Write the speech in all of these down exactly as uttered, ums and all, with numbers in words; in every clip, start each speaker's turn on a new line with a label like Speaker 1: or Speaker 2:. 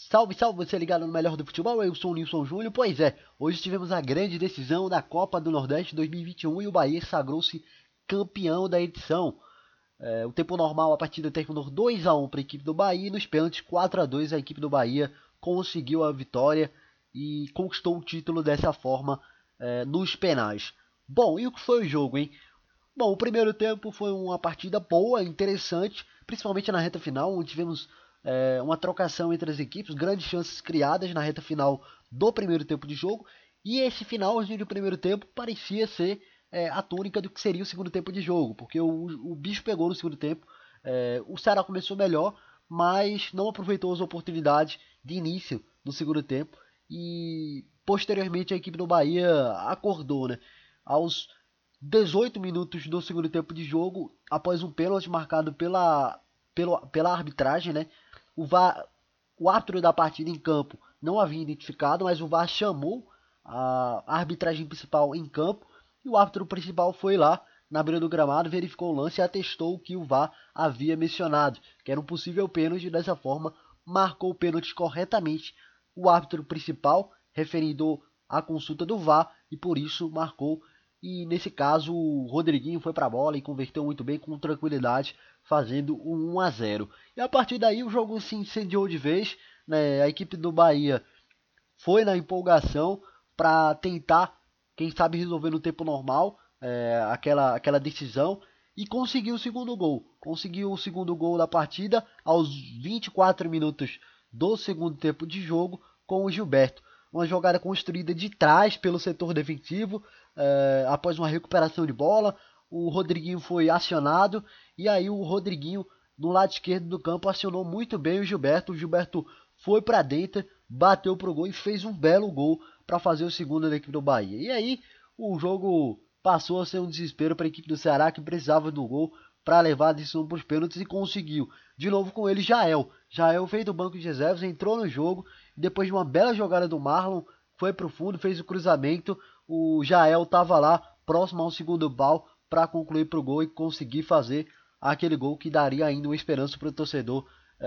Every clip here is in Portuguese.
Speaker 1: Salve, salve, você ligado no melhor do futebol, eu sou o Nilson Júnior. Pois é, hoje tivemos a grande decisão da Copa do Nordeste dois mil e vinte e um e o Bahia sagrou-se campeão da edição. É, o tempo normal, a partida terminou dois a um para a equipe do Bahia e nos pênaltis quatro a dois a equipe do Bahia conseguiu a vitória e conquistou o título dessa forma é, nos penais. Bom, e o que foi o jogo, hein? Bom, o primeiro tempo foi uma partida boa, interessante, principalmente na reta final, onde tivemos é, uma trocação entre as equipes, grandes chances criadas na reta final do primeiro tempo de jogo, e esse finalzinho do primeiro tempo parecia ser é, a tônica do que seria o segundo tempo de jogo, porque o, o bicho pegou no segundo tempo, é, o Ceará começou melhor, mas não aproveitou as oportunidades de início no segundo tempo, e posteriormente a equipe do Bahia acordou, né? Aos dezoito minutos do segundo tempo de jogo, após um pênalti marcado pela, pela, pela arbitragem, né? O V A R, o árbitro da partida em campo não havia identificado, mas o V A R chamou a arbitragem principal em campo e o árbitro principal foi lá na beira do gramado, verificou o lance e atestou que o V A R havia mencionado, que era um possível pênalti. E dessa forma marcou o pênalti corretamente o árbitro principal, referindo a consulta do V A R, e por isso marcou. E nesse caso o Rodriguinho foi para a bola e converteu muito bem, com tranquilidade, fazendo um 1 a zero. E a partir daí o jogo se incendiou de vez, né? A equipe do Bahia foi na empolgação para tentar, quem sabe, resolver no tempo normal é, aquela, aquela decisão, e conseguiu o segundo gol. Conseguiu o segundo gol da partida aos vinte e quatro minutos do segundo tempo de jogo com o Gilberto. Uma jogada construída de trás pelo setor defensivo, é, após uma recuperação de bola, o Rodriguinho foi acionado, e aí o Rodriguinho, no lado esquerdo do campo, acionou muito bem o Gilberto. O Gilberto foi para dentro, bateu pro gol e fez um belo gol para fazer o segundo da equipe do Bahia. E aí o jogo passou a ser um desespero para a equipe do Ceará, que precisava do gol para levar a decisão para os pênaltis, e conseguiu. De novo com ele, Jael. Jael veio do banco de reservas, entrou no jogo, e depois de uma bela jogada do Marlon, foi para o fundo, fez o cruzamento. O Jael estava lá, próximo ao segundo pau, para concluir para o gol e conseguir fazer aquele gol que daria ainda uma esperança para o torcedor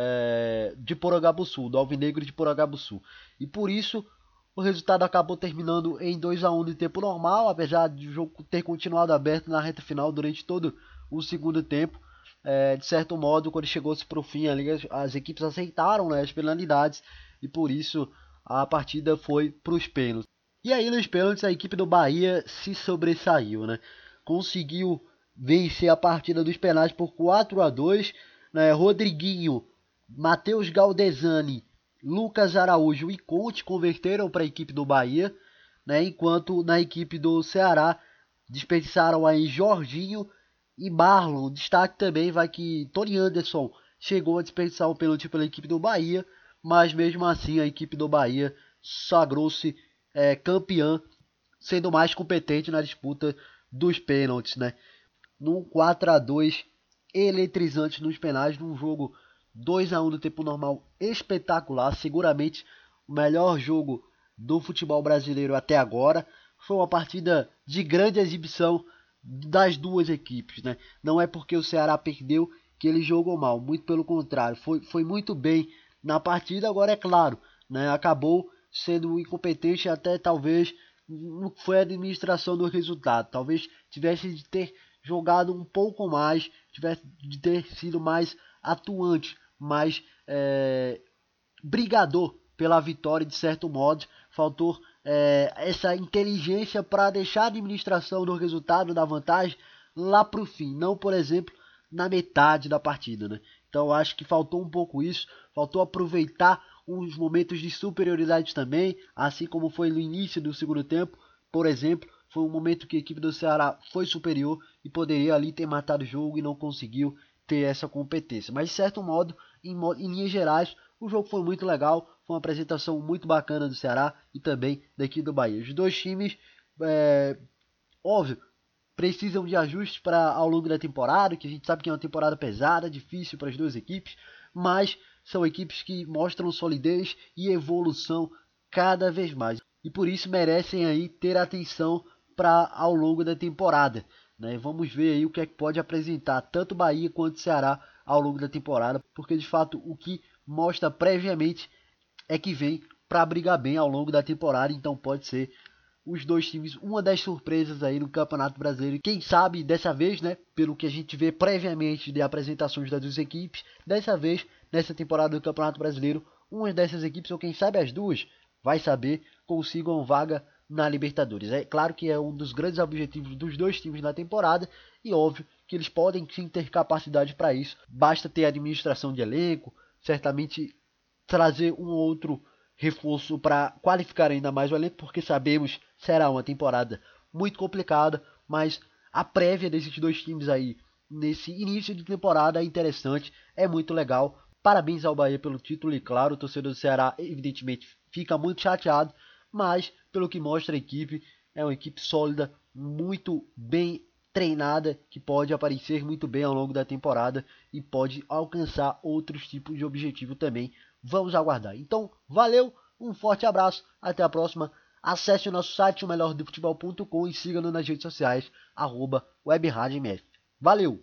Speaker 1: é, de Porangabuçu, do Alvinegro de Porangabuçu. E por isso o resultado acabou terminando em dois a um no tempo normal, apesar de o jogo ter continuado aberto na reta final durante todo o segundo tempo. É, de certo modo, quando chegou-se para o fim, ali, as, as equipes aceitaram, né, as penalidades, e por isso a partida foi para os pênaltis. E aí nos pênaltis a equipe do Bahia se sobressaiu, né? Conseguiu vencer a partida dos penais por quatro a dois, né? Rodriguinho, Matheus Galdesani, Lucas Araújo e Conte converteram para a equipe do Bahia, né? Enquanto na equipe do Ceará desperdiçaram aí Jorginho e Marlon. Destaque também vai que Tony Anderson chegou a desperdiçar o pênalti pela equipe do Bahia, mas mesmo assim a equipe do Bahia sagrou-se é, campeã, sendo mais competente na disputa dos pênaltis, né? Num quatro a dois eletrizante nos penais, num jogo dois a um no tempo normal espetacular, seguramente o melhor jogo do futebol brasileiro até agora. Foi uma partida de grande exibição das duas equipes, né? Não é porque o Ceará perdeu que ele jogou mal, muito pelo contrário, foi, foi muito bem na partida. Agora é claro, né? Acabou sendo incompetente, até talvez não foi a administração do resultado, talvez tivesse de ter jogado um pouco mais, tivesse de ter sido mais atuante, mais é, brigador pela vitória. De certo modo, faltou é, essa inteligência para deixar a administração do resultado, da vantagem, lá para o fim, não, por exemplo, na metade da partida, né? Então acho que faltou um pouco isso, faltou aproveitar uns momentos de superioridade também, assim como foi no início do segundo tempo, por exemplo. Foi um momento que a equipe do Ceará foi superior e poderia ali ter matado o jogo e não conseguiu ter essa competência. Mas de certo modo, em, em linhas gerais, o jogo foi muito legal, foi uma apresentação muito bacana do Ceará e também da equipe do Bahia. Os dois times, é, óbvio, precisam de ajustes para ao longo da temporada, que a gente sabe que é uma temporada pesada, difícil para as duas equipes, mas são equipes que mostram solidez e evolução cada vez mais, e por isso merecem aí ter atenção para ao longo da temporada, né? Vamos ver aí o que é que pode apresentar tanto Bahia quanto Ceará ao longo da temporada, porque de fato o que mostra previamente é que vem para brigar bem ao longo da temporada, então pode ser os dois times uma das surpresas aí no Campeonato Brasileiro. Quem sabe dessa vez, né, pelo que a gente vê previamente de apresentações das duas equipes, dessa vez, nessa temporada do Campeonato Brasileiro, uma dessas equipes, ou quem sabe as duas, vai saber, consigam vaga na Libertadores. É claro que é um dos grandes objetivos dos dois times na temporada, e óbvio que eles podem sim ter capacidade para isso. Basta ter administração de elenco, certamente trazer um outro reforço para qualificar ainda mais o elenco, porque sabemos que será uma temporada muito complicada, mas a prévia desses dois times aí nesse início de temporada é interessante, é muito legal. Parabéns ao Bahia pelo título e claro, o torcedor do Ceará evidentemente fica muito chateado, mas pelo que mostra a equipe, é uma equipe sólida, muito bem treinada, que pode aparecer muito bem ao longo da temporada e pode alcançar outros tipos de objetivo também. Vamos aguardar. Então, valeu, um forte abraço, até a próxima. Acesse o nosso site, o melhor do futebol ponto com, e siga-nos nas redes sociais, arroba webradiomf. Valeu!